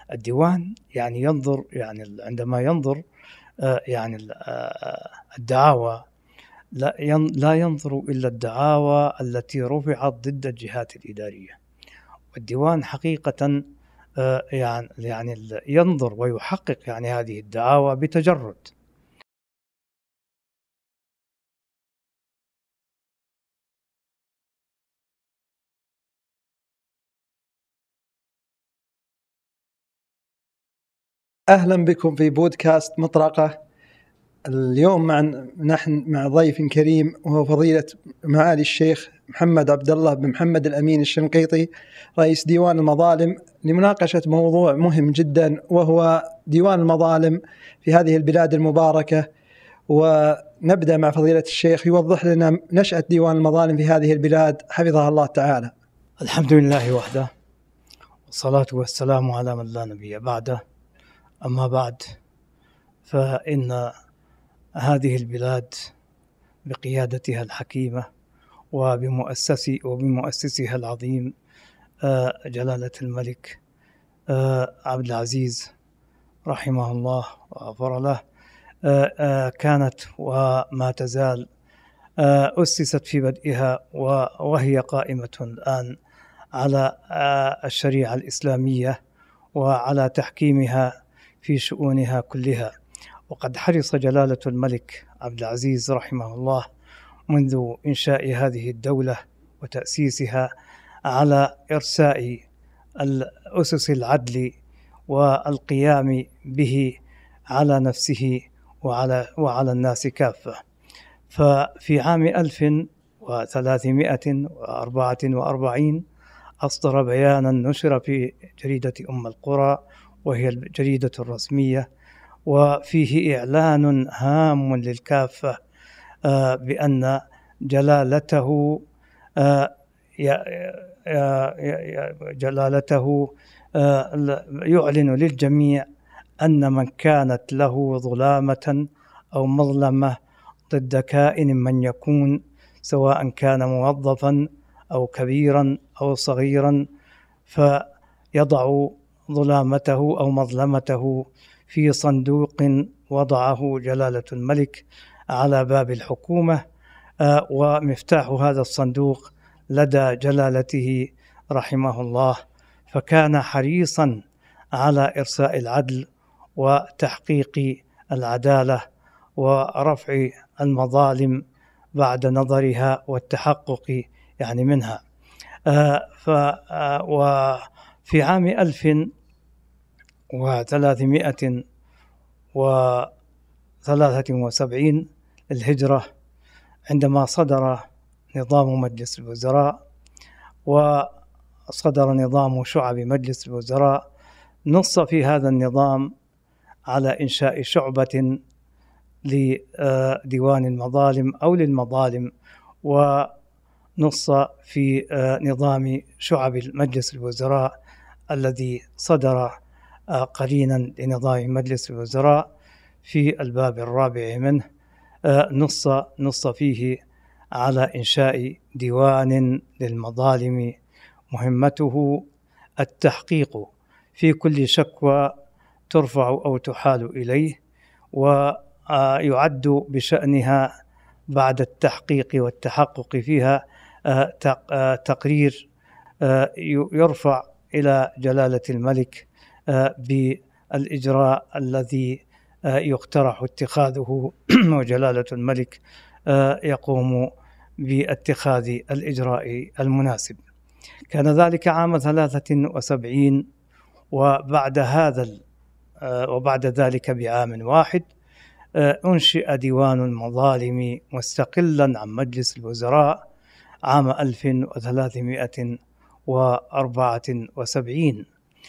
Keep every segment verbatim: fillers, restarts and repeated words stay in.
الديوان يعني ينظر يعني عندما ينظر يعني الدعاوى لا ينظر إلا الدعاوى التي رفعت ضد الجهات الإدارية. والديوان حقيقة يعني يعني ينظر ويحقق يعني هذه الدعاوى بتجرد. أهلا بكم في بودكاست مطرقة. اليوم مع نحن مع ضيف كريم وهو فضيلة معالي الشيخ محمد عبد الله بن محمد الأمين الشنقيطي رئيس ديوان المظالم لمناقشة موضوع مهم جدا وهو ديوان المظالم في هذه البلاد المباركة. ونبدأ مع فضيلة الشيخ يوضح لنا نشأة ديوان المظالم في هذه البلاد حفظها الله تعالى. الحمد لله وحده والصلاة والسلام على من لا نبي بعده. أما بعد، فإن هذه البلاد بقيادتها الحكيمة وبمؤسس وبمؤسسها العظيم جلالة الملك عبد العزيز رحمه الله وغفر له كانت وما تزال أسست في بدئها وهي قائمة الآن على الشريعة الإسلامية وعلى تحكيمها في شؤونها كلها. وقد حرص جلالة الملك عبد العزيز رحمه الله منذ إنشاء هذه الدولة وتأسيسها على إرساء الأسس العدل والقيام به على نفسه وعلى, وعلى الناس كافة. ففي عام ألف وثلاثمائة وأربعة وأربعين أصدر بيانا نشر في جريدة أم القرى وهي الجريدة الرسمية، وفيه إعلان هام للكافة بأن جلالته جلالته يعلن للجميع أن من كانت له ظلامة أو مظلمة ضد كائن من يكون، سواء كان موظفا أو كبيرا أو صغيرا، فيضع ظلامته أو مظلمته في صندوق وضعه جلالة الملك على باب الحكومة، ومفتاح هذا الصندوق لدى جلالته رحمه الله. فكان حريصا على إرساء العدل وتحقيق العدالة ورفع المظالم بعد نظرها والتحقق يعني منها. وفي عام ألف وثلاثمائة وثلاثة وسبعين الهجرة، عندما صدر نظام مجلس الوزراء وصدر نظام شعب مجلس الوزراء، نص في هذا النظام على إنشاء شعبة لديوان المظالم أو للمظالم، ونص في نظام شعب مجلس الوزراء الذي صدر قرينا لنظام مجلس الوزراء في الباب الرابع منه، نص نص فيه على إنشاء ديوان للمظالم مهمته التحقيق في كل شكوى ترفع أو تحال إليه، ويعد بشأنها بعد التحقيق والتحقق فيها تقرير يرفع إلى جلالة الملك بالإجراء الذي يقترح اتخاذه، وجلالة الملك يقوم باتخاذ الإجراء المناسب. كان ذلك عام ثلاثة وسبعين، وبعد هذا وبعد ذلك بعام واحد أنشئ ديوان المظالم مستقلا عن مجلس الوزراء عام ألف وثلاثمائة وأربعة وسبعين،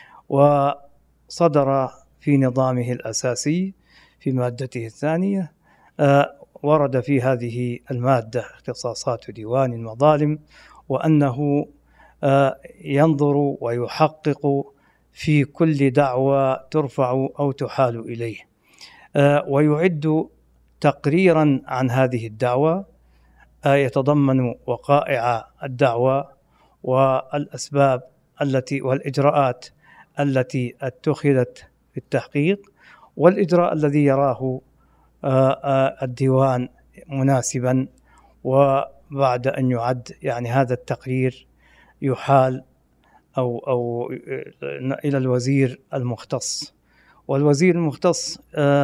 وصدر في نظامه الأساسي في مادته الثانية ورد في هذه المادة اختصاصات ديوان المظالم، وأنه ينظر ويحقق في كل دعوى ترفع أو تحال إليه، ويعد تقريرا عن هذه الدعوى يتضمن وقائع الدعوى والأسباب التي والإجراءات التي اتخذت في التحقيق والإجراء الذي يراه الديوان مناسبا. وبعد أن يعد يعني هذا التقرير يحال أو أو إلى الوزير المختص، والوزير المختص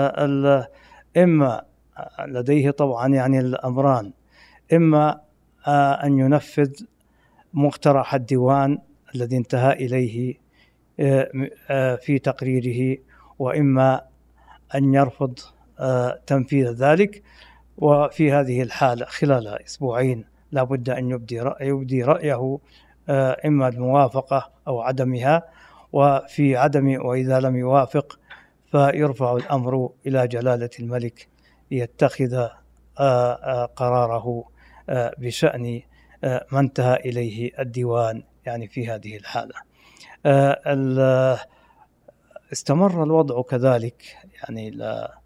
إما لديه طبعا يعني الأمران، إما أن ينفذ مقترح الديوان الذي انتهى إليه في تقريره، وإما أن يرفض تنفيذ ذلك. وفي هذه الحالة خلال أسبوعين لا بد أن يبدي رأيه, يبدي رأيه إما الموافقة أو عدمها، وفي عدم وإذا لم يوافق فيرفع الأمر إلى جلالة الملك ليتخذ قراره بشأن ما انتهى إليه الديوان يعني في هذه الحالة. استمر الوضع كذلك يعني لا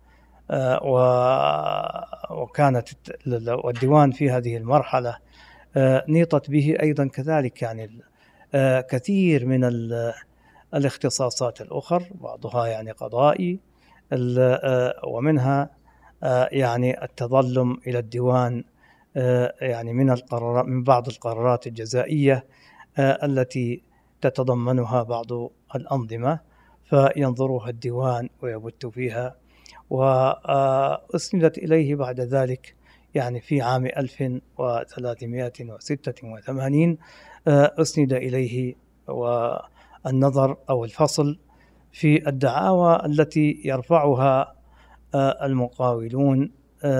وكانت الديوان في هذه المرحلة نيطت به أيضا كذلك يعني كثير من الاختصاصات الأخرى، بعضها يعني قضائي، ومنها يعني التظلم إلى الديوان يعني من القرارات من بعض القرارات الجزائية التي تتضمنها بعض الأنظمة، فينظرها الديوان ويبت فيها. وأسندت إليه بعد ذلك يعني في عام ألف وثلاثمائة وستة وثمانين أسند إليه والنظر أو الفصل في الدعاوى التي يرفعها المقاولون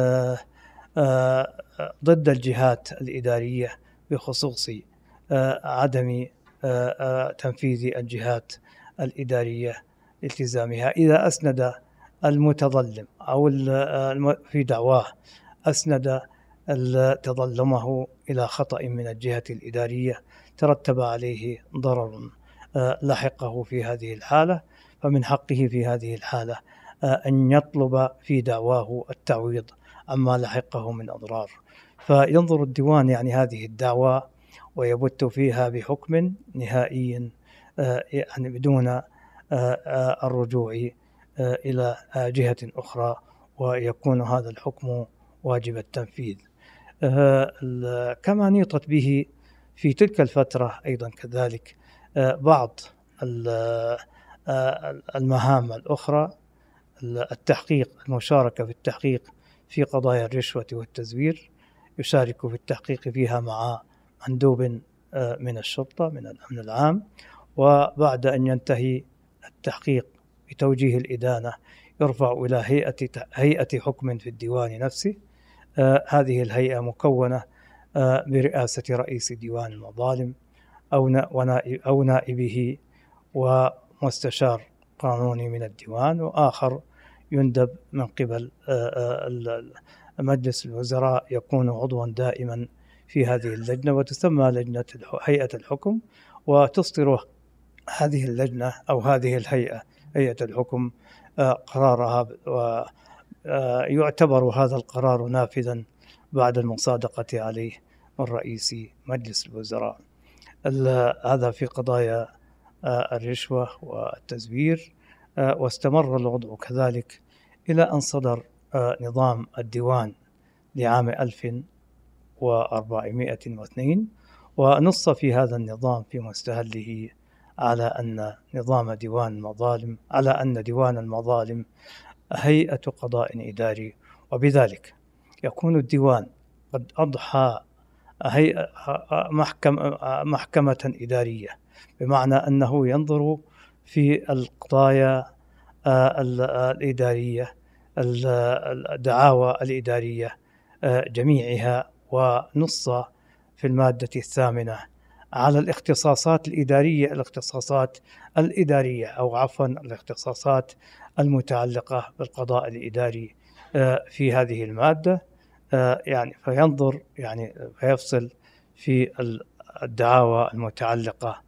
ضد الجهات الإدارية بخصوص عدم تنفيذ الجهات الإدارية التزامها. إذا أسند المتظلم أو في دعواه أسند تظلمه إلى خطأ من الجهة الإدارية ترتب عليه ضرر لحقه في هذه الحالة، فمن حقه في هذه الحالة أن يطلب في دعواه التعويض عما لحقه من أضرار. فينظر الديوان يعني هذه الدعوى ويبت فيها بحكم نهائي يعني بدون الرجوع إلى جهة أخرى، ويكون هذا الحكم واجب التنفيذ. كما نيطت به في تلك الفترة أيضا كذلك بعض المهام الأخرى، التحقيق، المشاركة في التحقيق في قضايا الرشوة والتزوير، يشارك في التحقيق فيها مع مندوب من الشرطة من الأمن العام، وبعد أن ينتهي التحقيق بتوجيه الإدانة يرفع إلى هيئة هيئة حكم في الديوان نفسه. آه هذه الهيئة مكونة آه برئاسة رئيس ديوان المظالم أو نائب أو نائبه ومستشار قانوني من الديوان، وآخر يندب من قبل آه مجلس الوزراء يكون عضوا دائما في هذه اللجنة، وتسمى لجنة هيئة الحكم. وتصدر هذه اللجنة أو هذه الهيئة هيئة الحكم قرارها، ويعتبر هذا القرار نافذا بعد المصادقة عليه من رئيس مجلس الوزراء. هذا في قضايا الرشوة والتزوير. واستمر الوضع كذلك إلى أن صدر نظام الديوان لعام ألف وأربعمائة واثنين، ونص في هذا النظام في مستهله على أن نظام ديوان المظالم على أن ديوان المظالم هيئة قضاء إداري، وبذلك يكون الديوان قد أضحى هيئة محكمة, محكمة إدارية، بمعنى أنه ينظر في القضايا الإدارية الدعاوى الإدارية جميعها. ونص في المادة الثامنة على الاختصاصات الإدارية الاختصاصات الإدارية أو عفوا الاختصاصات المتعلقة بالقضاء الإداري في هذه المادة، يعني فينظر يعني فيفصل في الدعاوى المتعلقة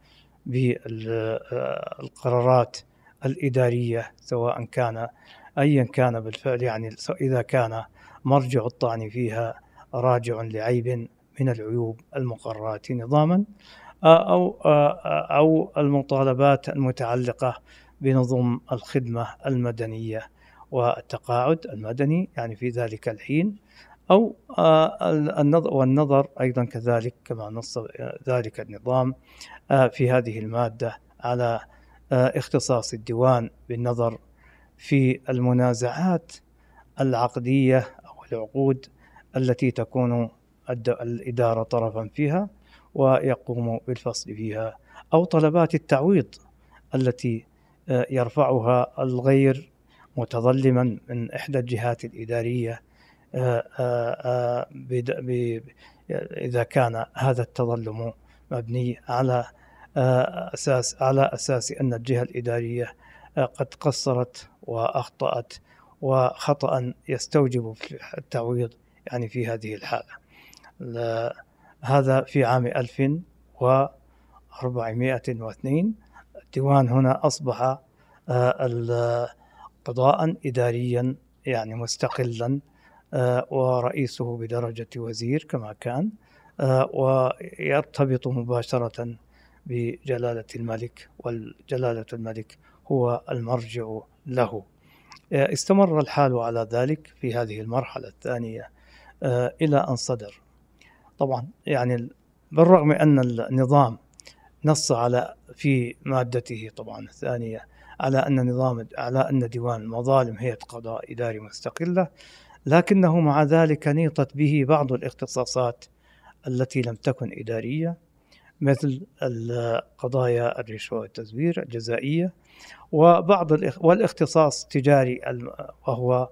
بالقرارات الإدارية سواء كان أيا كان بالفعل، يعني إذا كان مرجع الطعن فيها راجع لعيب من العيوب المقررة نظاما، أو أو المطالبات المتعلقة بنظم الخدمة المدنية والتقاعد المدني يعني في ذلك الحين، أو النظر والنظر أيضا كذلك كما نص ذلك النظام في هذه المادة على اختصاص الديوان بالنظر في المنازعات العقدية أو العقود التي تكون الإدارة طرفا فيها ويقوم بالفصل فيها، أو طلبات التعويض التي يرفعها الغير متظلما من إحدى الجهات الإدارية إذا كان هذا التظلم مبني على أساس على أساس أن الجهة الإدارية قد قصرت وأخطأت وخطأ يستوجب التعويض يعني في هذه الحالة. هذا في عام ألف وأربعمائة واثنين الديوان هنا أصبح قضاء إداريا يعني مستقلا، ورئيسه بدرجة وزير كما كان، ويرتبط مباشرة بجلالة الملك، والجلالة الملك هو المرجع له. استمر الحال على ذلك في هذه المرحلة الثانية إلى أن صدر طبعا يعني بالرغم أن النظام نص على في مادته طبعا الثانية على أن نظام على أن ديوان المظالم هي قضاء إداري مستقلة، لكنه مع ذلك نيطت به بعض الاختصاصات التي لم تكن إدارية، مثل القضايا الرشوة والتزوير الجزائية، وبعض والاختصاص التجاري وهو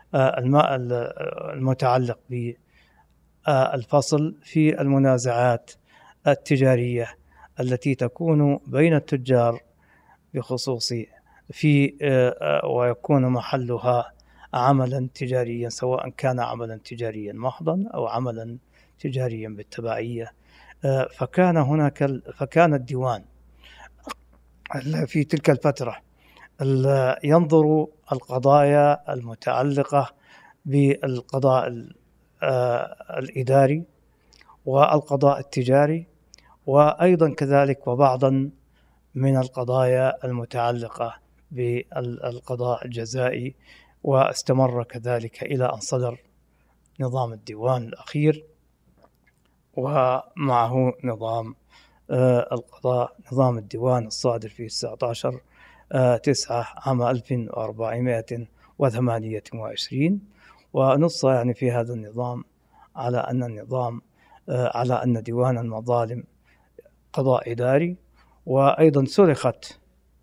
المتعلق بالفصل في المنازعات التجارية التي تكون بين التجار بخصوص في ويكون محلها عملا تجاريا، سواء كان عملا تجاريا محضا أو عملا تجاريا بالتبعية. فكان هناك فكان الديوان في تلك الفترة ينظر القضايا المتعلقة بالقضاء الإداري والقضاء التجاري، وأيضا كذلك وبعضا من القضايا المتعلقة بالقضاء الجزائي، واستمر كذلك إلى أن صدر نظام الديوان الأخير ومعه نظام القضاء نظام الديوان الصادر في تسعة عشر تسعة عام ألف وأربعمائة وثمانية وعشرين، ونص يعني في هذا النظام على أن النظام على أن ديوان المظالم قضاء إداري، وأيضا سرقت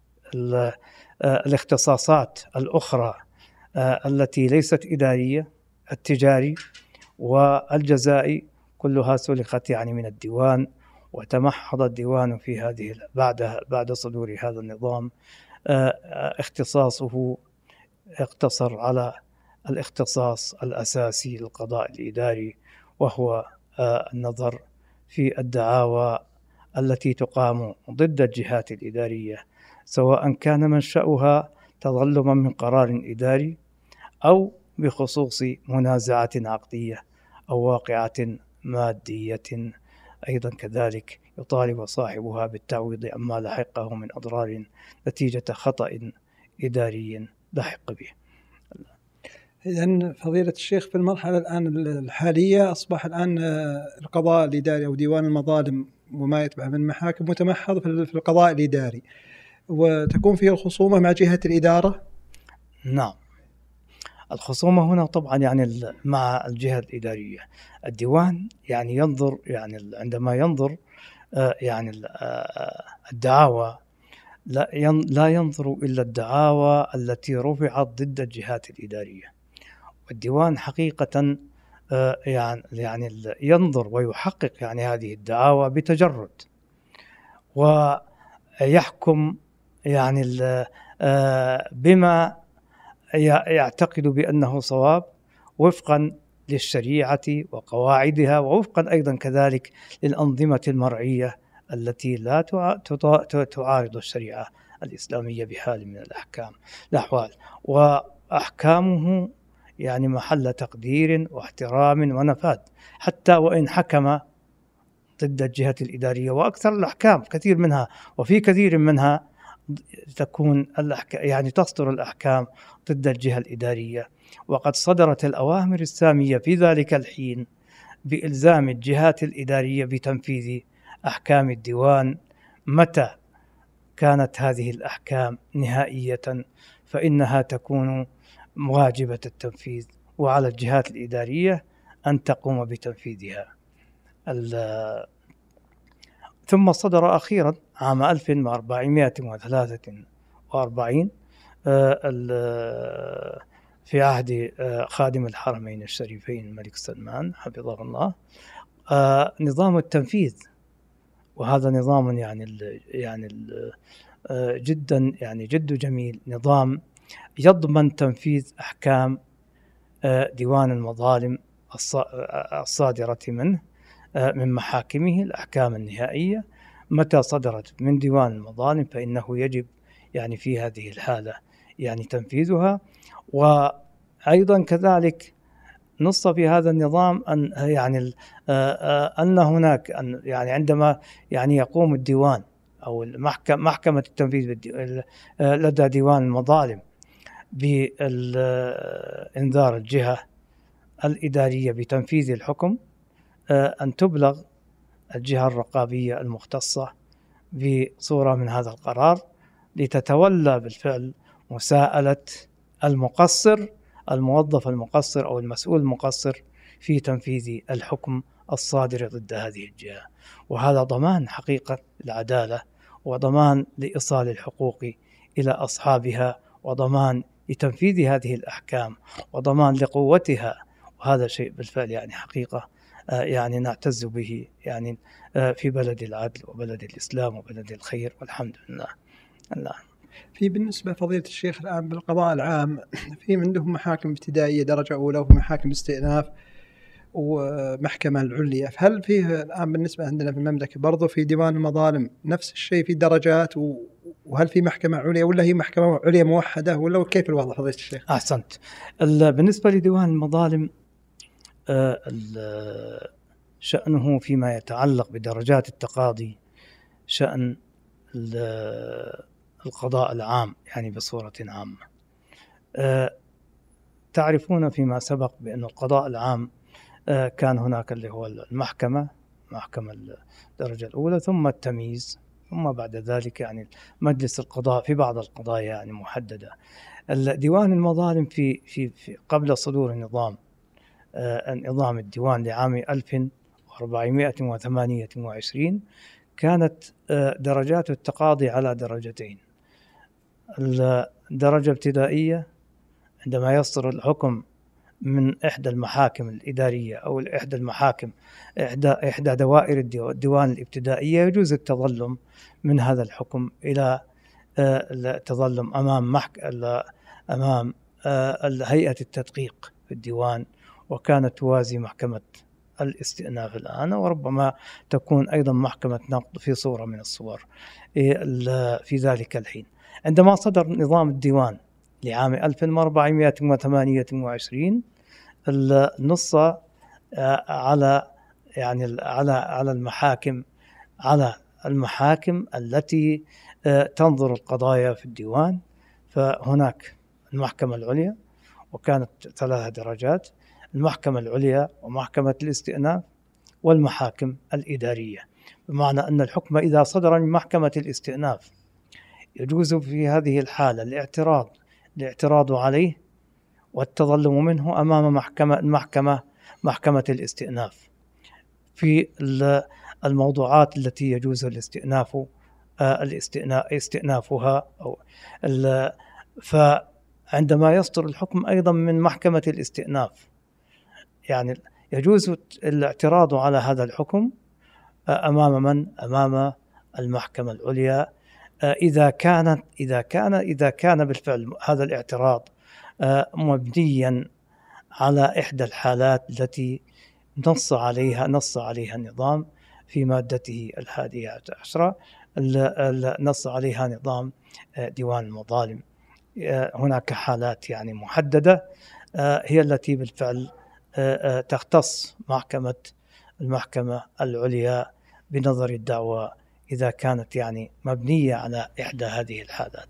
الاختصاصات الأخرى التي ليست إدارية، التجاري والجزائي كلها سلخت يعني من الديوان، وتمحض الديوان في هذه بعد بعد صدور هذا النظام اختصاصه اقتصر على الاختصاص الأساسي للقضاء الإداري، وهو النظر في الدعاوى التي تقام ضد الجهات الإدارية، سواء كان منشأها تظلما من قرار إداري أو بخصوص منازعة عقدية أو واقعة مادية. أيضا كذلك يطالب صاحبها بالتعويض عما لحقه من أضرار نتيجة خطأ إداري لحق به. إذن فضيلة الشيخ في المرحلة الآن الحالية أصبح الآن القضاء الإداري أو ديوان المظالم وما يتبع من محاكم متمحض في القضاء الإداري، وتكون فيه الخصومة مع جهة الإدارة. نعم، الخصومة هنا طبعا يعني مع الجهة الإدارية. الديوان يعني ينظر يعني عندما ينظر يعني الدعاوى لا ينظر إلا الدعاوى التي رفعت ضد الجهات الإدارية، والديوان حقيقة يعني يعني ينظر ويحقق يعني هذه الدعاوى بتجرد، ويحكم يعني بما يعتقد بأنه صواب وفقا للشريعة وقواعدها، ووفقا أيضا كذلك للأنظمة المرعية التي لا تعارض الشريعة الإسلامية بحال من الأحكام الأحوال، وأحكامه يعني محل تقدير واحترام ونفاذ، حتى وإن حكم ضد الجهة الإدارية، وأكثر الأحكام كثير منها وفي كثير منها تكون الأحكام يعني تصدر الأحكام ضد الجهة الإدارية. وقد صدرت الأوامر السامية في ذلك الحين بإلزام الجهات الإدارية بتنفيذ أحكام الديوان. متى كانت هذه الأحكام نهائية فإنها تكون واجبة التنفيذ، وعلى الجهات الإدارية أن تقوم بتنفيذها. ثم صدر أخيرا عام ألف وأربعمائة وثلاثة وأربعين في عهد خادم الحرمين الشريفين الملك سلمان حفظه الله نظام التنفيذ، وهذا نظام يعني ال يعني ال جدا يعني جد جميل، نظام يضمن تنفيذ أحكام ديوان المظالم الصادرة منه من محاكمه، الأحكام النهائية متى صدرت من ديوان المظالم فإنه يجب يعني في هذه الحالة يعني تنفيذها. وأيضا كذلك نص في هذا النظام أن يعني أن هناك أن يعني عندما يعني يقوم الديوان أو المحكمة محكمة التنفيذ لدى ديوان المظالم بإنذار الجهة الإدارية بتنفيذ الحكم، أن تبلغ الجهة الرقابية المختصة بصورة من هذا القرار لتتولى بالفعل مساءلة المقصر الموظف المقصر أو المسؤول المقصر في تنفيذ الحكم الصادر ضد هذه الجهة. وهذا ضمان حقيقة العدالة، وضمان لإيصال الحقوق إلى أصحابها، وضمان لتنفيذ هذه الأحكام، وضمان لقوتها. وهذا شيء بالفعل يعني حقيقة يعني نعتز به يعني في بلد العدل وبلد الإسلام وبلد الخير، والحمد لله. الله. في بالنسبة فضيلة الشيخ الآن بالقضاء العام في عندهم محاكم ابتدائية درجة أولى ومحاكم استئناف ومحكمة العليا، فهل فيه الآن بالنسبة عندنا في المملكة برضو في ديوان المظالم نفس الشيء في درجات، وهل في محكمة عليا ولا هي محكمة عليا موحدة ولا كيف الوضع فضيلة الشيخ؟ أحسنت. بالنسبة لديوان المظالم شأنه فيما يتعلق بدرجات التقاضي شأن القضاء العام يعني بصورة عامة. تعرفون فيما سبق بأن القضاء العام كان هناك اللي هو المحكمة محكمة الدرجة الأولى، ثم التمييز، ثم بعد ذلك يعني مجلس القضاء في بعض القضايا يعني محددة. ديوان المظالم في في, في قبل صدور النظام النظام الديوان لعام ألف وأربعمائة وثمانية وعشرين كانت درجات التقاضي على درجتين. الدرجة الابتدائية عندما يصدر الحكم من إحدى المحاكم الإدارية أو إحدى المحاكم إحدى إحدى دوائر الديوان الابتدائية يجوز التظلم من هذا الحكم إلى التظلم أمام محك أمام هيئة التدقيق في الديوان، وكانت توازي محكمة الاستئناف الآن، وربما تكون أيضا محكمة نقض في صورة من الصور في ذلك الحين. عندما صدر نظام الديوان لعام ألف وأربعمائة وثمانية وعشرين نص على يعني على على المحاكم على المحاكم التي تنظر القضايا في الديوان. فهناك المحكمة العليا وكانت ثلاث درجات، المحكمة العليا ومحكمة الاستئناف والمحاكم الإدارية، بمعنى أن الحكم إذا صدر من محكمة الاستئناف يجوز في هذه الحالة الاعتراض الاعتراض عليه والتظلم منه أمام محكمة المحكمة محكمة الاستئناف في الموضوعات التي يجوز الاستئناف استئنافها أو فعندما يصدر الحكم أيضا من محكمة الاستئناف يعني يجوز الاعتراض على هذا الحكم أمام من؟ أمام المحكمة العليا إذا كانت إذا كان إذا كان بالفعل هذا الاعتراض مبنيا على إحدى الحالات التي نص عليها نص عليها النظام في مادته الحادية عشرة، نص عليها نظام ديوان المظالم. هناك حالات يعني محددة هي التي بالفعل تختص محكمة المحكمة العليا بنظر الدعوة إذا كانت يعني مبنية على إحدى هذه الحالات.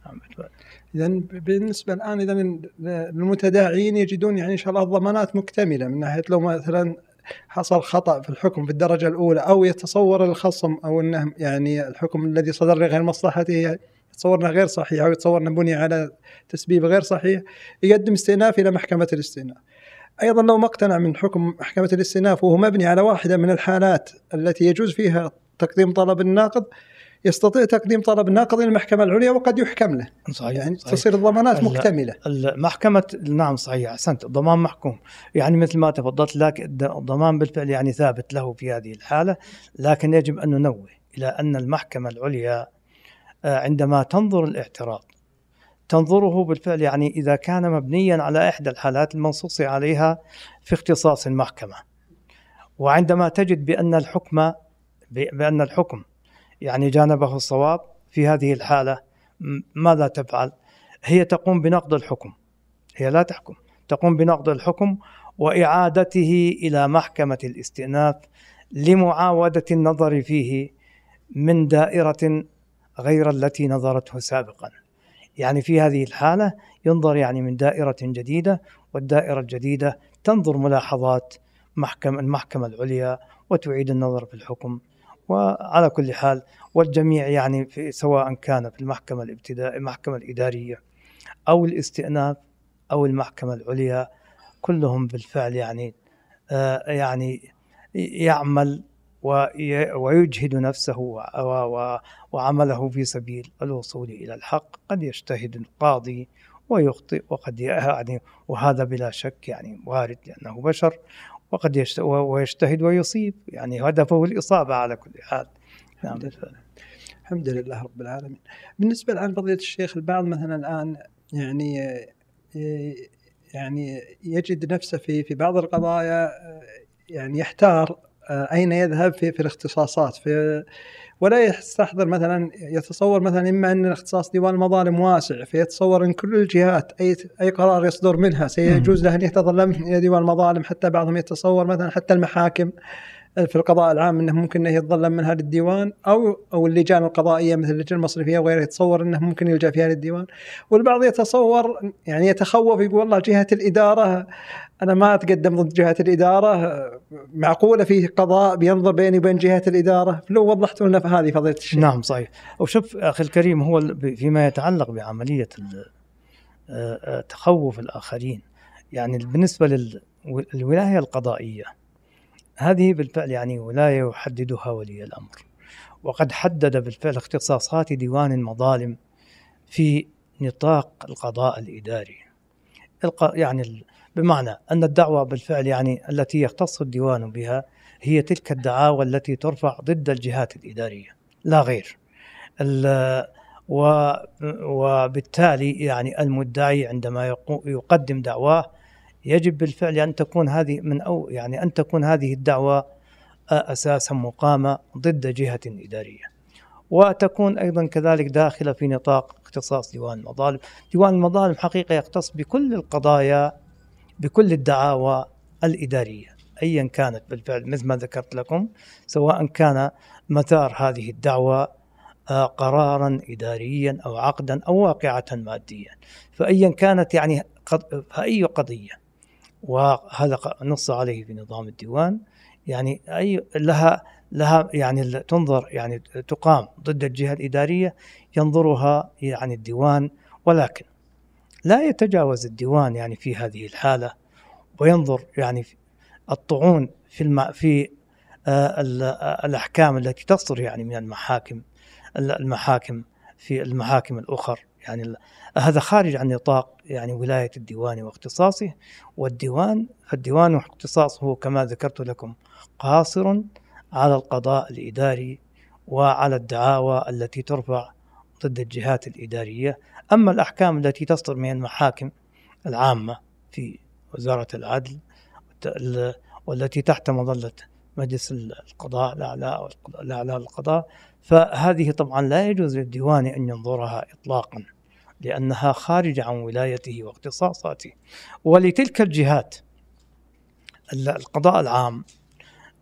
إذا بالنسبة الآن إذا المتداعين يجدون يعني إن شاء الله الضمانات مكتملة من ناحية لو مثلا حصل خطأ في الحكم في الدرجة الأولى أو يتصور الخصم أو أنه يعني الحكم الذي صدر لغير مصلحته يتصورنا غير صحيح أو يتصورنا بني على تسبيب غير صحيح، يقدم استئناف إلى محكمة الاستئناف. أيضا لو ما اقتنع من حكم محكمة الاستئناف وهو مبني على واحدة من الحالات التي يجوز فيها تقديم طلب الناقض، يستطيع تقديم طلب الناقض إلى المحكمة العليا وقد يحكم له. صحيح. يعني صحيح. تصير الضمانات مكتملة. المحكمة نعم صحيح أحسنت، الضمان محكوم يعني مثل ما تفضلت، لكن الضمان بالفعل يعني ثابت له في هذه الحالة، لكن يجب أن ننوه إلى أن المحكمة العليا عندما تنظر الاعتراض تنظره بالفعل يعني إذا كان مبنيا على إحدى الحالات المنصوص عليها في اختصاص المحكمة، وعندما تجد بأن الحكم بأن الحكم يعني جانبه الصواب في هذه الحالة ماذا تفعل؟ هي تقوم بنقض الحكم، هي لا تحكم، تقوم بنقض الحكم وإعادته إلى محكمة الاستئناف لمعاودة النظر فيه من دائرة غير التي نظرته سابقا. يعني في هذه الحالة ينظر يعني من دائرة جديدة، والدائرة الجديدة تنظر ملاحظات محكمة المحكمة العليا وتعيد النظر في الحكم. وعلى كل حال والجميع يعني في سواء كان في المحكمة الابتدائية المحكمة الإدارية أو الاستئناف أو المحكمة العليا كلهم بالفعل يعني آه يعني يعمل ويجهد نفسه وعمله في سبيل الوصول إلى الحق. قد يجتهد القاضي ويخطئ وقد يعني وهذا بلا شك يعني وارد لأنه بشر، وقد يجتهد ويصيب، يعني هدفه الإصابة على كل حال. الحمد لله. الحمد لله رب العالمين. بالنسبة الآن فضيلة الشيخ، البعض مثلا الآن يعني يعني يجد نفسه في في بعض القضايا يعني يحتار أين يذهب في في الاختصاصات، في ولا يستحضر مثلا يتصور مثلا إما أن الاختصاص ديوان المظالم واسع فيتصور أن كل الجهات أي أي قرار يصدر منها سيجوز له أن يتظلم إلى ديوان المظالم، حتى بعضهم يتصور مثلا حتى المحاكم في القضاء العام أنه ممكن أنه يتظلم منها للديوان، أو أو اللجان القضائية مثل اللجنة المصرفية وغيرها يتصور أنه ممكن يلجأ فيها للديوان. والبعض يتصور يعني يتخوف يقول والله جهة الإدارة أنا ما أتقدم ضد جهة الإدارة، معقولة في قضاء بينظر بيني وبين جهة الإدارة؟ لو وضحت لنا في هذه فضيلة الشيخ. نعم صحيح. وشوف أخي الكريم، هو فيما يتعلق بعملية تخوف الآخرين يعني بالنسبة للولاية القضائية هذه بالفعل يعني ولاية يحددها ولي الأمر، وقد حدد بالفعل اختصاصات ديوان المظالم في نطاق القضاء الإداري، يعني بمعنى أن الدعوة بالفعل يعني التي يختص الديوان بها هي تلك الدعاوى التي ترفع ضد الجهات الإدارية لا غير. وبالتالي يعني المدعي عندما يقدم دعواه يجب بالفعل أن تكون هذه من أو يعني أن تكون هذه الدعوة أساسا مقامة ضد جهة إدارية، وتكون أيضا كذلك داخلة في نطاق اختصاص ديوان المظالم. ديوان المظالم حقيقة يختص بكل القضايا بكل الدعاوى الإدارية أيا كانت بالفعل مثل ما ذكرت لكم، سواء كان مثار هذه الدعوة قرارا إداريا أو عقدا أو واقعة ماديا، فأيا كانت يعني فأي قضية، وهذا نص عليه في نظام الديوان يعني أي لها لها يعني تنظر يعني تقام ضد الجهة الإدارية ينظرها يعني الديوان، ولكن لا يتجاوز الديوان يعني في هذه الحالة وينظر يعني الطعون في الم... في آه الأحكام التي تصدر يعني من المحاكم المحاكم في المحاكم الأخرى، يعني هذا خارج عن نطاق يعني ولاية الديوان واختصاصه. والديوان فالديوان واختصاصه كما ذكرت لكم قاصر على القضاء الإداري وعلى الدعاوى التي ترفع ضد الجهات الإدارية. أما الأحكام التي تصدر من المحاكم العامة في وزارة العدل والتي تحت مظلة مجلس القضاء الأعلى الأعلى للقضاء، فهذه طبعا لا يجوز للديوان أن ينظرها إطلاقا لأنها خارجة عن ولايته واختصاصاته. ولتلك الجهات القضاء العام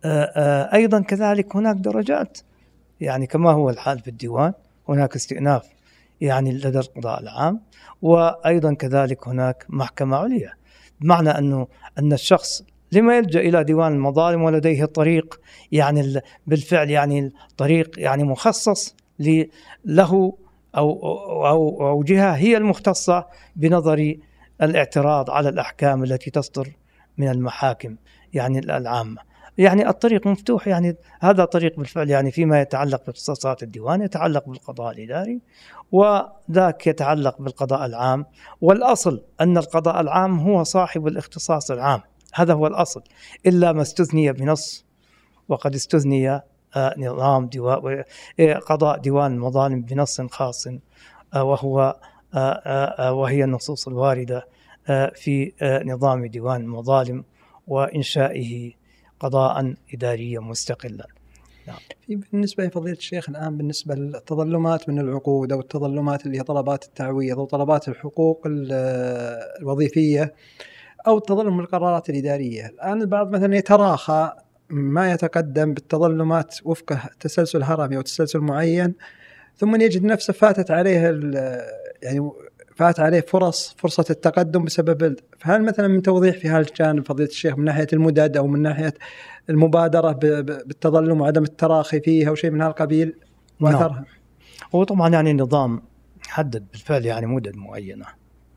أيضا كذلك هناك درجات، يعني كما هو الحال في الديوان هناك استئناف يعني لدى القضاء العام، وأيضا كذلك هناك محكمة عليا، بمعنى أنه أن الشخص لما يلجأ إلى ديوان المظالم ولديه طريق يعني بالفعل يعني طريق يعني مخصص له أو, أو, أو جهة هي المختصة بنظر الاعتراض على الأحكام التي تصدر من المحاكم يعني العامة. يعني الطريق مفتوح، يعني هذا طريق بالفعل يعني فيما يتعلق باختصاصات الديوان يتعلق بالقضاء الإداري، وذاك يتعلق بالقضاء العام. والأصل أن القضاء العام هو صاحب الاختصاص العام، هذا هو الأصل، إلا ما استثني بنص، وقد استثني نظام ديوان قضاء ديوان المظالم بنص خاص، وهو وهي النصوص الواردة في نظام ديوان المظالم وإنشائه قضاء إداريا مستقلا. نعم. بالنسبة لفضيلة الشيخ الآن بالنسبة للتظلمات من العقود أو التظلمات اللي هي طلبات التعويض أو طلبات الحقوق الوظيفية أو التظلم من القرارات الإدارية، الآن البعض مثلا يتراخى ما يتقدم بالتظلمات وفق تسلسل هرمي أو تسلسل معين، ثم يجد نفسه فاتت عليه يعني فات عليه فرص فرصة التقدم بسبب. فهل مثلا من توضيح في هذا الجانب فضيلة الشيخ من ناحية المدد أو من ناحية المبادرة بالتظلم وعدم التراخي فيها أو شيء من هذا القبيل وأثرها؟ هو طبعا يعني النظام حدد بالفعل يعني مدد معينة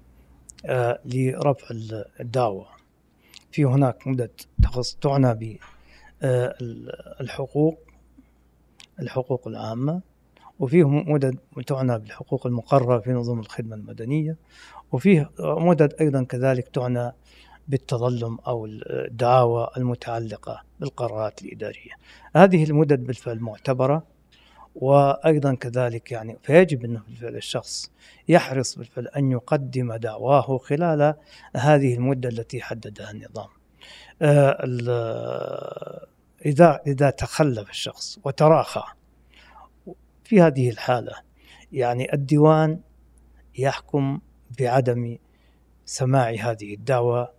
آه لرفع الدعوة. في هناك مدد تخص تعنى بالحقوق الحقوق العامة، وفيه مدد تعنى بالحقوق المقررة في نظام الخدمة المدنية، وفيه مدد أيضا كذلك تعنى بالتظلم أو الدعاوى المتعلقة بالقرارات الإدارية. هذه المدد بالفعل معتبرة، وأيضا كذلك يعني فيجب أنه بالفعل الشخص يحرص بالفعل أن يقدم دعواه خلال هذه المدة التي حددها النظام. إذا إذا تخلف الشخص وتراخى في هذه الحالة يعني الديوان يحكم بعدم سماع هذه الدعوة.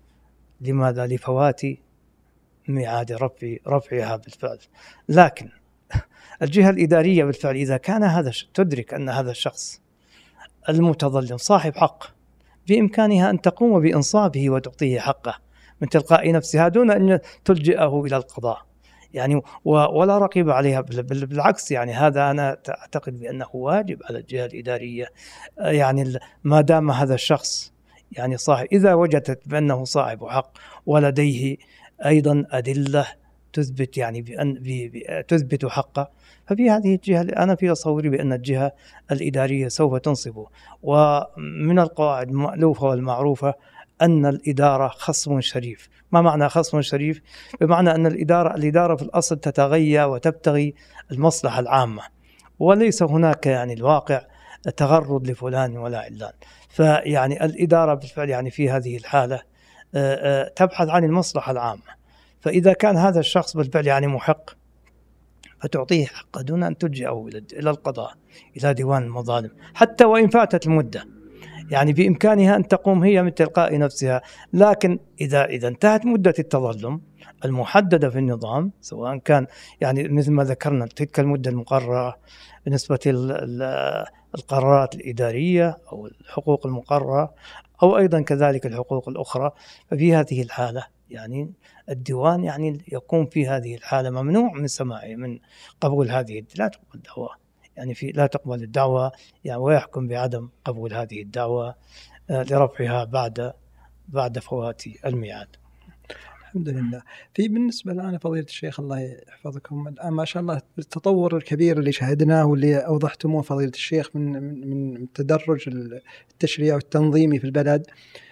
لماذا؟ لفوات ميعاد رفع رفعها بالفعل. لكن الجهة الإدارية بالفعل إذا كان هذا تدرك أن هذا الشخص المتظلم صاحب حق، بإمكانها أن تقوم بإنصافه وتعطيه حقه من تلقاء نفسها دون أن تلجئه إلى القضاء يعني ولا رقيب عليها. بالعكس يعني هذا أنا أعتقد بأنه واجب على الجهة الإدارية، يعني ما دام هذا الشخص يعني صاحب، إذا وجدت بأنه صاحب حق ولديه أيضا أدلة تثبت يعني بأن تثبت حقه، ففي هذه الجهة أنا في تصوري بأن الجهة الإدارية سوف تنصفه. ومن القواعد المألوفة والمعروفة أن الإدارة خصم شريف. ما معنى خصم شريف؟ بمعنى أن الإدارة الإدارة في الأصل تتغيى وتبتغي المصلحة العامة، وليس هناك يعني الواقع تغرد لفلان ولا علان. فيعني الإدارة بالفعل يعني في هذه الحالة تبحث عن المصلحة العامة، فإذا كان هذا الشخص بالفعل يعني محق فتعطيه حقه دون أن تلجئه إلى القضاء إلى ديوان المظالم حتى وإن فاتت المدة، يعني بإمكانها أن تقوم هي من تلقاء نفسها. لكن إذا إذا انتهت مدة التظلم المحددة في النظام، سواء كان يعني مثل ما ذكرنا تلك المدة المقررة بالنسبة للقرارات الإدارية أو الحقوق المقررة أو أيضا كذلك الحقوق الأخرى، ففي هذه الحالة يعني الديوان يعني يكون في هذه الحالة ممنوع من سماعه من قبول هذه لا تقبل الدعوة يعني في لا تقبل الدعوة يعني ويحكم بعدم قبول هذه الدعوة لرفعها بعد بعد فوات الميعاد. الحمد لله. في بالنسبة الآن فضيلة الشيخ الله يحفظكم، الآن ما شاء الله التطور الكبير اللي شاهدناه واللي أوضحتموه فضيلة الشيخ من من من تدرج التشريع والتنظيمي في البلد،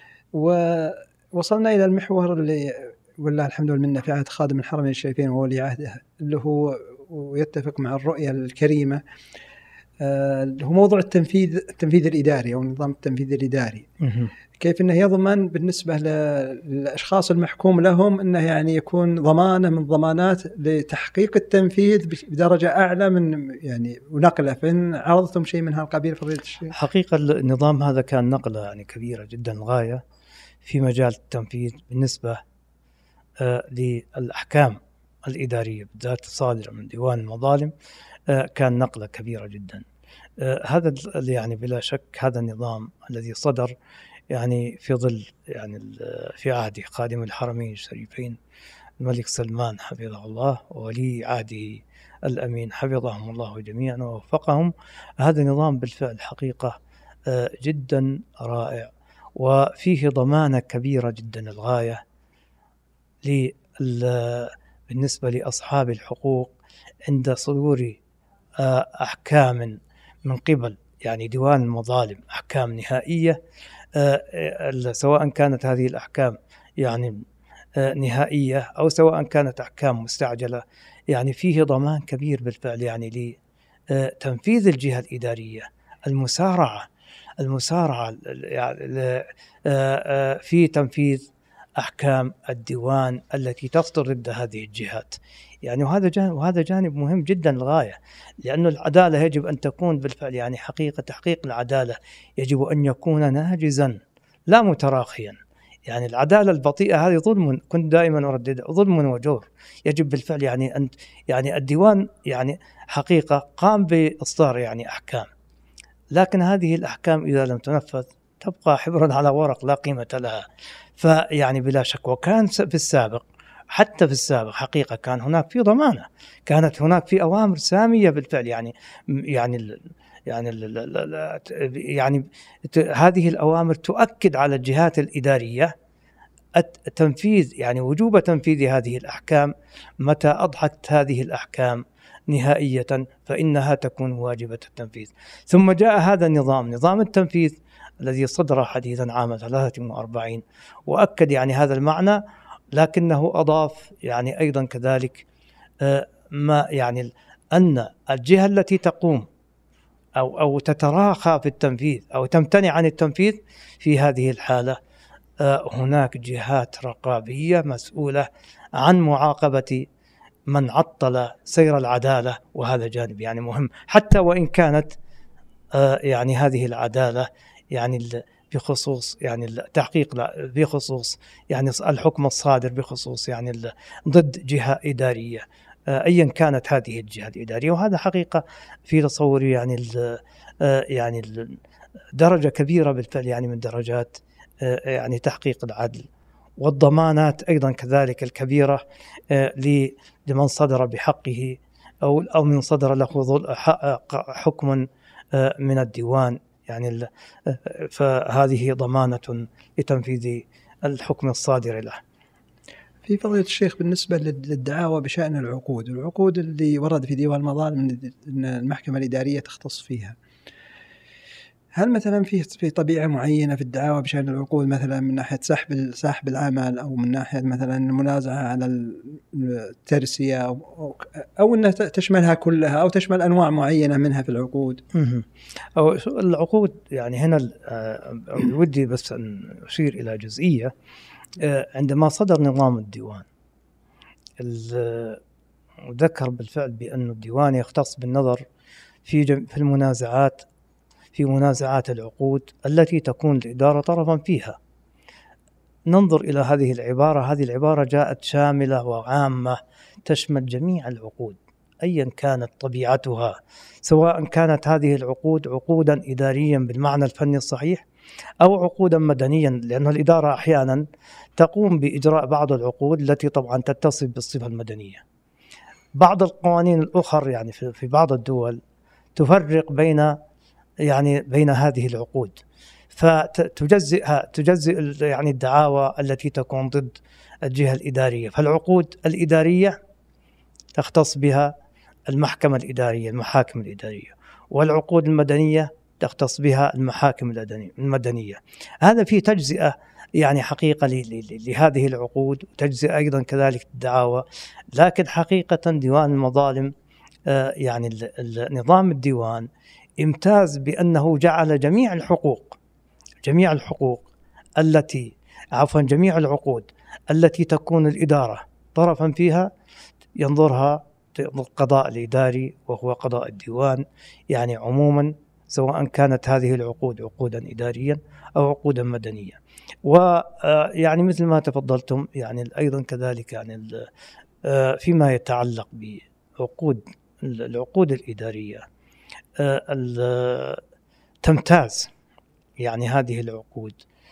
ووصلنا إلى المحور اللي والله الحمد لله في عهد خادم الحرمين الشريفين وولي عهده اللي هو ويتفق مع الرؤية الكريمة اللي هو موضوع التنفيذ التنفيذ الإداري أو نظام التنفيذ الإداري. كيف أنه يضمن بالنسبة للأشخاص المحكوم لهم أنه يعني يكون ضمانة من ضمانات لتحقيق التنفيذ بدرجة أعلى من يعني ونقلة. فإن عرضتم شيء من هالقبيل فضيلة الشيخ؟ حقيقة النظام هذا كان نقلة يعني كبيرة جدا غاية في مجال التنفيذ بالنسبة آه للأحكام الإدارية بالذات الصادرة من ديوان المظالم كان نقلة كبيرة جدا. هذا يعني بلا شك هذا النظام الذي صدر يعني في ظل يعني في عهد خادم الحرمين الشريفين الملك سلمان حفظه الله وولي عهده الأمين حفظهم الله جميعا ووفقهم. هذا النظام بالفعل حقيقة جدا رائع، وفيه ضمانة كبيرة جدا للغاية بالنسبة لأصحاب الحقوق عند صدور أحكام من قبل يعني ديوان المظالم، أحكام نهائية، سواء كانت هذه الأحكام يعني نهائية أو سواء كانت أحكام مستعجلة. يعني فيه ضمان كبير بالفعل يعني لتنفيذ الجهة الإدارية، المسارعة المسارعة في تنفيذ أحكام الديوان التي تصدر ضد هذه الجهات. يعني وهذا جانب وهذا جانب مهم جدا للغاية، لأن العدالة يجب أن تكون بالفعل يعني حقيقة تحقيق العدالة يجب أن يكون ناجزا لا متراخيا. يعني العدالة البطيئة هذه ظلم، كنت دائما أردد ظلم وجور. يجب بالفعل يعني أن يعني الديوان يعني حقيقة قام بإصدار يعني أحكام، لكن هذه الأحكام إذا لم تنفذ تبقى حبرا على ورق لا قيمة لها. فيعني بلا شك وكان في السابق حتى في السابق حقيقة كان هناك في ضمانة، كانت هناك في أوامر سامية بالفعل يعني يعني يعني يعني هذه الأوامر تؤكد على الجهات الإدارية التنفيذ يعني وجوب تنفيذ هذه الأحكام. متى أضحت هذه الأحكام نهائية فإنها تكون واجبة التنفيذ. ثم جاء هذا النظام نظام التنفيذ الذي صدر حديثا عام ثلاثة وأربعين وأكد يعني هذا المعنى، لكنه أضاف يعني أيضا كذلك ما يعني أن الجهة التي تقوم أو أو تتراخى في التنفيذ أو تمتنع عن التنفيذ في هذه الحالة هناك جهات رقابية مسؤولة عن معاقبة من عطل سير العدالة. وهذا جانب يعني مهم حتى وإن كانت يعني هذه العدالة يعني بخصوص يعني التحقيق بخصوص يعني الحكم الصادر بخصوص يعني ضد جهة إدارية أيا كانت هذه الجهة الإدارية. وهذا حقيقة في تصوري يعني يعني درجة كبيرة بالفعل يعني من درجات يعني تحقيق العدل، والضمانات أيضا كذلك الكبيرة لمن صدر بحقه أو أو من صدر له حكم من الديوان يعني فهذه ضمانة لتنفيذ الحكم الصادر له. في فضيلة الشيخ بالنسبة للدعاوى بشأن العقود، العقود اللي ورد في ديوان المظالم أن المحكمة الإدارية تختص فيها، هل مثلا في في طبيعة معينة في الدعاوى بشأن العقود مثلا من ناحية سحب سحب العمل أو من ناحية مثلا المنازعة على الترسية أو أو أنها تشملها كلها أو تشمل أنواع معينة منها في العقود؟ أو العقود يعني هنا ودي بس أن أشير إلى جزئية. عندما صدر نظام الديوان ذكر بالفعل بأن الديوان يختص بالنظر في في المنازعات في منازعات العقود التي تكون الإدارة طرفا فيها. ننظر إلى هذه العبارة، هذه العبارة جاءت شاملة وعامة تشمل جميع العقود أيا كانت طبيعتها، سواء كانت هذه العقود عقودا إداريا بالمعنى الفني الصحيح أو عقودا مدنيا، لأن الإدارة أحيانا تقوم بإجراء بعض العقود التي طبعا تتصف بالصفة المدنية. بعض القوانين الأخرى يعني في بعض الدول تفرق بين يعني بين هذه العقود، فتجزئها تجزئ يعني الدعاوى التي تكون ضد الجهة الإدارية. فالعقود الإدارية تختص بها المحكمة الإدارية المحاكم الإدارية، والعقود المدنية تختص بها المحاكم المدنية. هذا فيه تجزئة يعني حقيقة لهذه العقود، وتجزئ أيضا كذلك الدعاوى. لكن حقيقة ديوان المظالم يعني نظام الديوان امتاز بأنه جعل جميع الحقوق جميع الحقوق التي عفوا جميع العقود التي تكون الإدارة طرفا فيها ينظرها القضاء الإداري وهو قضاء الديوان يعني عموما، سواء كانت هذه العقود عقودا إداريا أو عقودا مدنية. ويعني مثل ما تفضلتم يعني أيضا كذلك يعني فيما يتعلق بعقود العقود الإدارية تمتاز يعني هذه العقود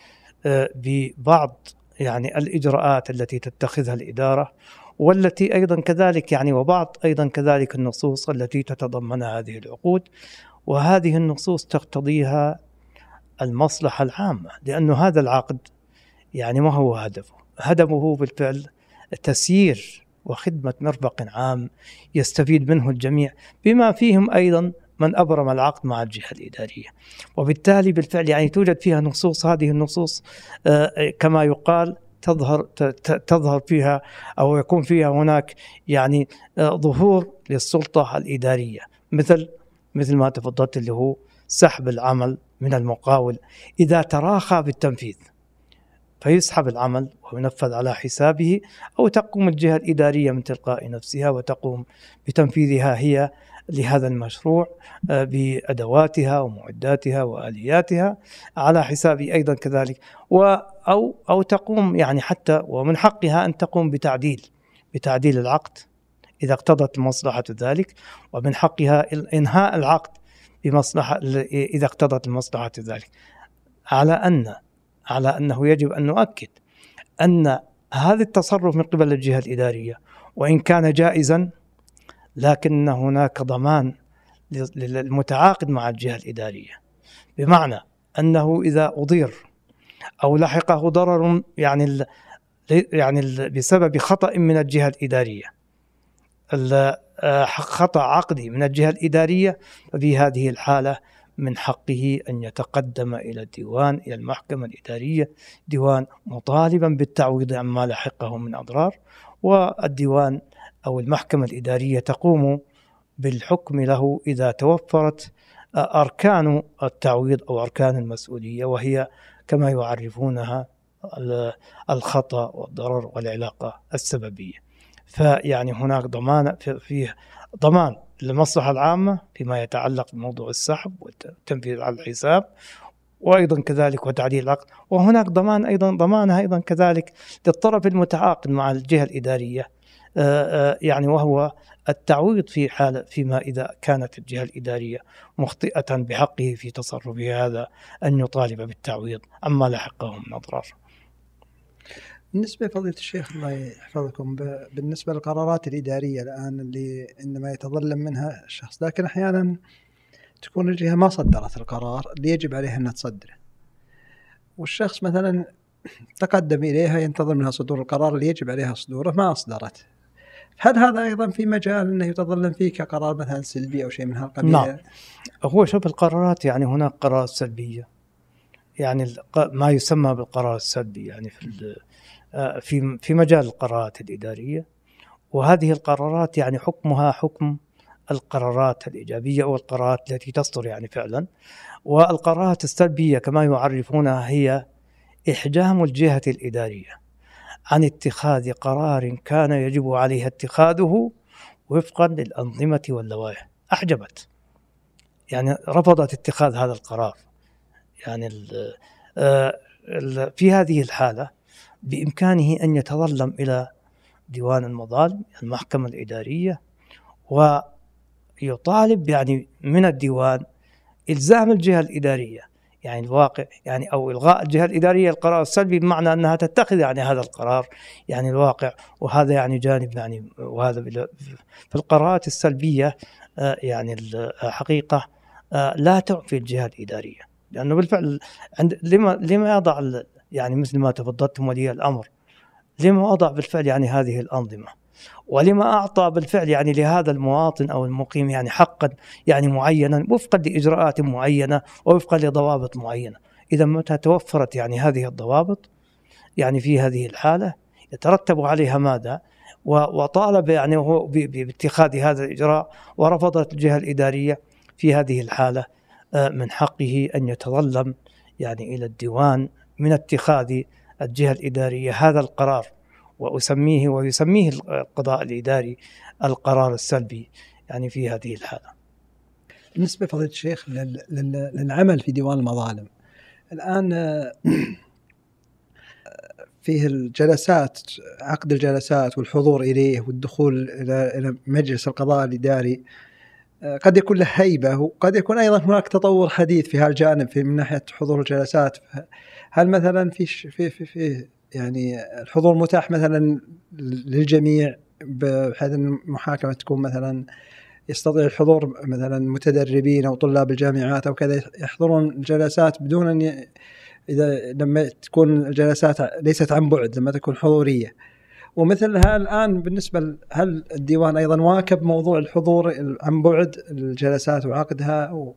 ببعض يعني الإجراءات التي تتخذها الإدارة، والتي أيضا كذلك يعني وبعض أيضا كذلك النصوص التي تتضمنها هذه العقود، وهذه النصوص تقتضيها المصلحة العامة، لأن هذا العقد يعني ما هو هدفه؟ هدفه بالفعل تسيير وخدمة مرفق عام يستفيد منه الجميع، بما فيهم أيضا من أبرم العقد مع الجهة الإدارية. وبالتالي بالفعل يعني توجد فيها نصوص، هذه النصوص كما يقال تظهر تظهر فيها أو يكون فيها هناك يعني ظهور للسلطة الإدارية، مثل مثل ما تفضلت اللي هو سحب العمل من المقاول إذا تراخى بالتنفيذ، فيسحب العمل وينفذ على حسابه، أو تقوم الجهة الإدارية من تلقاء نفسها وتقوم بتنفيذها هي لهذا المشروع بأدواتها ومعداتها وآلياتها على حساب أيضا كذلك، أو أو تقوم يعني حتى ومن حقها أن تقوم بتعديل بتعديل العقد إذا اقتضت المصلحة ذلك، ومن حقها إنهاء العقد بمصلحة إذا اقتضت المصلحة ذلك. على أن على أنه يجب أن نؤكد أن هذا التصرف من قبل الجهة الإدارية وإن كان جائزا، لكن هناك ضمان للمتعاقد مع الجهة الإدارية، بمعنى أنه إذا أضير أو لحقه ضرر يعني يعني بسبب خطأ من الجهة الإدارية، خطأ عقدي من الجهة الإدارية، ففي هذه الحالة من حقه أن يتقدم إلى الديوان، إلى المحكمة الإدارية ديوان مطالبا بالتعويض عما لحقه من أضرار، والديوان أو المحكمة الإدارية تقوم بالحكم له إذا توفرت أركان التعويض أو أركان المسؤولية، وهي كما يعرفونها الخطأ والضرر والعلاقة السببية. فيعني هناك ضمان فيه ضمان للمصلحة العامة فيما يتعلق بموضوع السحب والتنفيذ على الحساب، وأيضا كذلك وتعديل العقد، وهناك ضمان أيضا ضمانها أيضا كذلك للطرف المتعاقد مع الجهة الإدارية، يعني وهو التعويض في حال فيما إذا كانت الجهة الإدارية مخطئة بحقه في تصرفه هذا، أن يطالب بالتعويض عما لحقه من أضرار. بالنسبة لفضيلة الشيخ الله يحفظكم، بالنسبة للقرارات الإدارية الآن اللي إنما يتظلم منها الشخص، لكن أحيانا تكون الجهة ما صدرت القرار اللي يجب عليها أن تصدره، والشخص مثلا تقدم إليها ينتظر منها صدور القرار اللي يجب عليها صدوره ما أصدرت، هل هذا أيضا في مجال أنه يتظلم فيه كقرار مثلا سلبي أو شيء من هالقبيل؟ نعم، هو شوف القرارات يعني هناك قرارات سلبية، يعني ما يسمى بالقرار السلبي يعني في في في مجال القرارات الإدارية، وهذه القرارات يعني حكمها حكم القرارات الإيجابية أو القرارات التي تصدر يعني فعلا. والقرارات السلبية كما يعرفونها هي إحجام الجهة الإدارية عن اتخاذ قرار كان يجب عليها اتخاذه وفقا للأنظمة واللوائح، أحجبت يعني رفضت اتخاذ هذا القرار. يعني ال ال في هذه الحالة بإمكانه أن يتظلم إلى ديوان المظالم المحكمة الإدارية، ويطالب يعني من الديوان إلزام الجهة الإدارية يعني الواقع يعني أو إلغاء الجهة الإدارية القرار السلبي، بمعنى أنها تتخذ يعني هذا القرار يعني الواقع. وهذا يعني جانب يعني وهذا في القرارات السلبية يعني الحقيقة لا تعفي الجهة الإدارية، لأنه بالفعل عند لما لما يضع يعني مثل ما تفضلتم ولي الأمر لما وضع بالفعل يعني هذه الأنظمة، ولما أعطى بالفعل يعني لهذا المواطن أو المقيم يعني حقا يعني معينا وفقا لإجراءات معينة ووفقا لضوابط معينة. إذا متى توفرت يعني هذه الضوابط يعني في هذه الحالة يترتب عليها ماذا؟ وطالب يعني هو باتخاذ هذا الإجراء ورفضت الجهة الإدارية، في هذه الحالة من حقه أن يتظلم يعني إلى الديوان من اتخاذ الجهة الإدارية هذا القرار، وأسميه ويسميه القضاء الإداري القرار السلبي يعني في هذه الحالة. بالنسبة فضيلة الشيخ للعمل في ديوان المظالم الآن فيه الجلسات، عقد الجلسات والحضور إليه والدخول إلى مجلس القضاء الإداري قد يكون له هيبة، وقد يكون أيضا هناك تطور حديث في هالجانب في من ناحية حضور الجلسات. هل مثلا في في في, في يعني الحضور متاح مثلا للجميع بحيث أن المحاكمة تكون مثلا يستطيع الحضور مثلا متدربين أو طلاب الجامعات أو كذا يحضرون الجلسات بدون أن ي... إذا لما تكون الجلسات ليست عن بعد، لما تكون حضورية. ومثلها الآن بالنسبة، هل الديوان أيضا واكب موضوع الحضور عن بعد الجلسات وعقدها؟ و...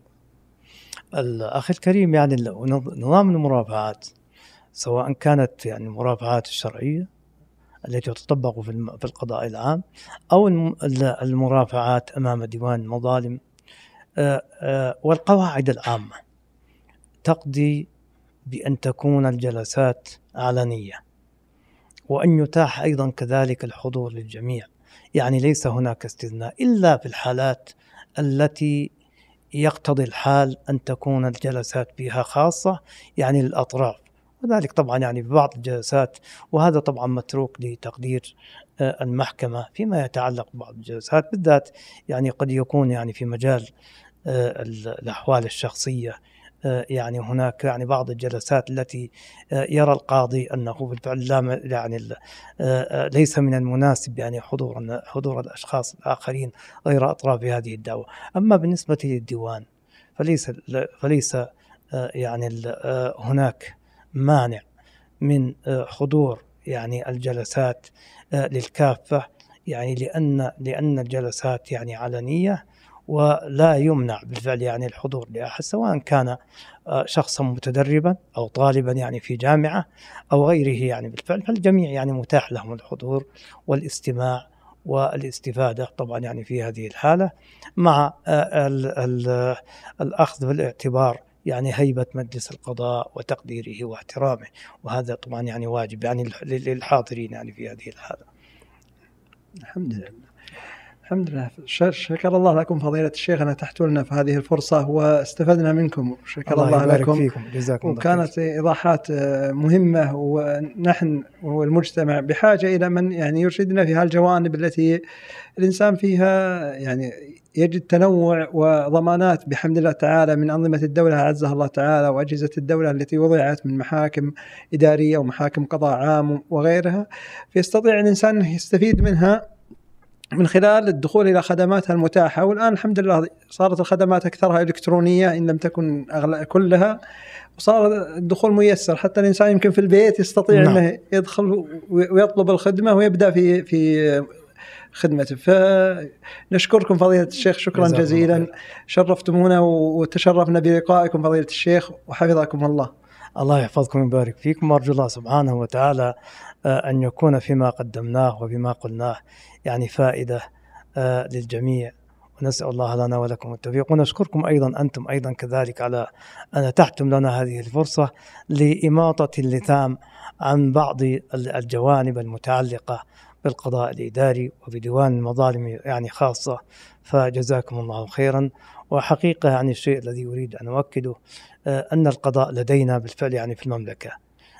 الأخ الكريم، يعني نظام المرافعات سواء كانت يعني المرافعات الشرعية التي تطبق في القضاء العام أو المرافعات أمام ديوان المظالم، والقواعد العامة تقضي بأن تكون الجلسات علنية، وأن يتاح أيضا كذلك الحضور للجميع. يعني ليس هناك استثناء إلا في الحالات التي يقتضي الحال أن تكون الجلسات فيها خاصة يعني للأطراف، وذلك طبعا يعني في بعض الجلسات، وهذا طبعا متروك لتقدير المحكمة فيما يتعلق ببعض الجلسات بالذات، يعني قد يكون يعني في مجال الأحوال الشخصية، يعني هناك يعني بعض الجلسات التي يرى القاضي أنه بالفعل لا يعني ليس من المناسب يعني حضور حضور الأشخاص الآخرين غير أطراف هذه الدعوة. أما بالنسبة للديوان فليس فليس يعني هناك مانع من حضور يعني الجلسات للكافة، يعني لأن لأن الجلسات يعني علنية، ولا يمنع بالفعل يعني الحضور لأحد سواء كان شخصا متدربا أو طالبا يعني في جامعة أو غيره، يعني بالفعل فالجميع يعني متاح لهم الحضور والاستماع والاستفادة طبعا يعني في هذه الحالة، مع ال ال الأخذ بالاعتبار يعني هيبة مجلس القضاء وتقديره واحترامه، وهذا طبعا يعني واجب يعني للحاضرين يعني في هذه الحالة. الحمد لله. الحمد لله. شكر الله لكم فضيلة الشيخ أن أتحتوا لنا في هذه الفرصة واستفدنا منكم. شكر الله, الله لكم فيكم. جزاكم الله. وكانت إيضاحات مهمة، ونحن والمجتمع بحاجة إلى من يعني يرشدنا في هالجوانب التي الإنسان فيها يعني يجد تنوع وضمانات بحمد الله تعالى من أنظمة الدولة عزها الله تعالى وأجهزة الدولة التي وضعت من محاكم إدارية ومحاكم قضاء عام وغيرها، فيستطيع الإنسان يستفيد منها من خلال الدخول إلى خدماتها المتاحة. والآن الحمد لله صارت الخدمات أكثرها إلكترونية إن لم تكن أغلى كلها، وصار الدخول ميسر، حتى الإنسان يمكن في البيت يستطيع نعم. أنه يدخل ويطلب الخدمة ويبدأ في في خدمته. فنشكركم فضيلة الشيخ شكرا جزيلا، شرفتمونا وتشرفنا بلقائكم فضيلة الشيخ، وحفظكم الله. الله يحفظكم ويبارك فيكم، وأرجو الله سبحانه وتعالى أن يكون فيما قدمناه وفيما قلناه يعني فائدة للجميع، ونسأل الله لنا ولكم التوفيق. ونشكركم أيضا أنتم أيضا كذلك على أن أتحتم لنا هذه الفرصة لإماطة اللثام عن بعض الجوانب المتعلقة بالقضاء الإداري وبديوان المظالم يعني خاصة، فجزاكم الله خيرا. وحقيقة يعني الشيء الذي أريد أن أؤكده أن القضاء لدينا بالفعل يعني في المملكة،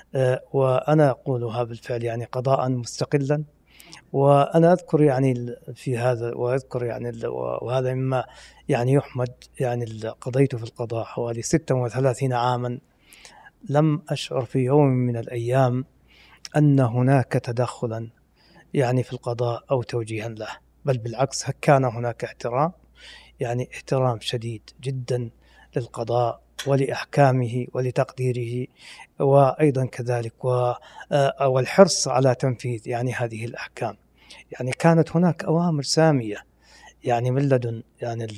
وأنا أقولها بالفعل يعني قضاء مستقلا. وأنا أذكر يعني في هذا وأذكر يعني وهذا مما يعني يحمد، يعني قضيت في القضاء حوالي ستة وثلاثين عاما، لم أشعر في يوم من الأيام أن هناك تدخلا يعني في القضاء أو توجيها له، بل بالعكس كان هناك احترام، يعني احترام شديد جدا للقضاء ولأحكامه ولتقديره، وأيضا كذلك والحرص على تنفيذ يعني هذه الأحكام. يعني كانت هناك أوامر سامية يعني من لدن يعني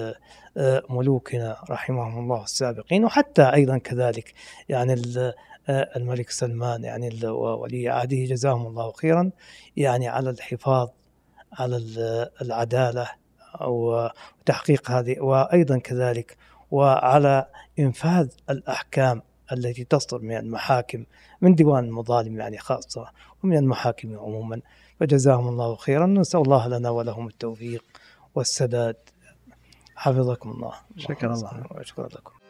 ملوكنا رحمهم الله السابقين، وحتى أيضا كذلك يعني الملك سلمان يعني ولي عهده جزاهم الله خيرا، يعني على الحفاظ على العدالة وتحقيق هذه، وأيضا كذلك وعلى إنفاذ الأحكام التي تصدر من المحاكم من ديوان المظالم يعني خاصة ومن المحاكم عموما، فجزاهم الله خيرا. نسأل الله لنا ولهم التوفيق والسداد. حفظكم الله. شكرا الله. وشكرا لكم.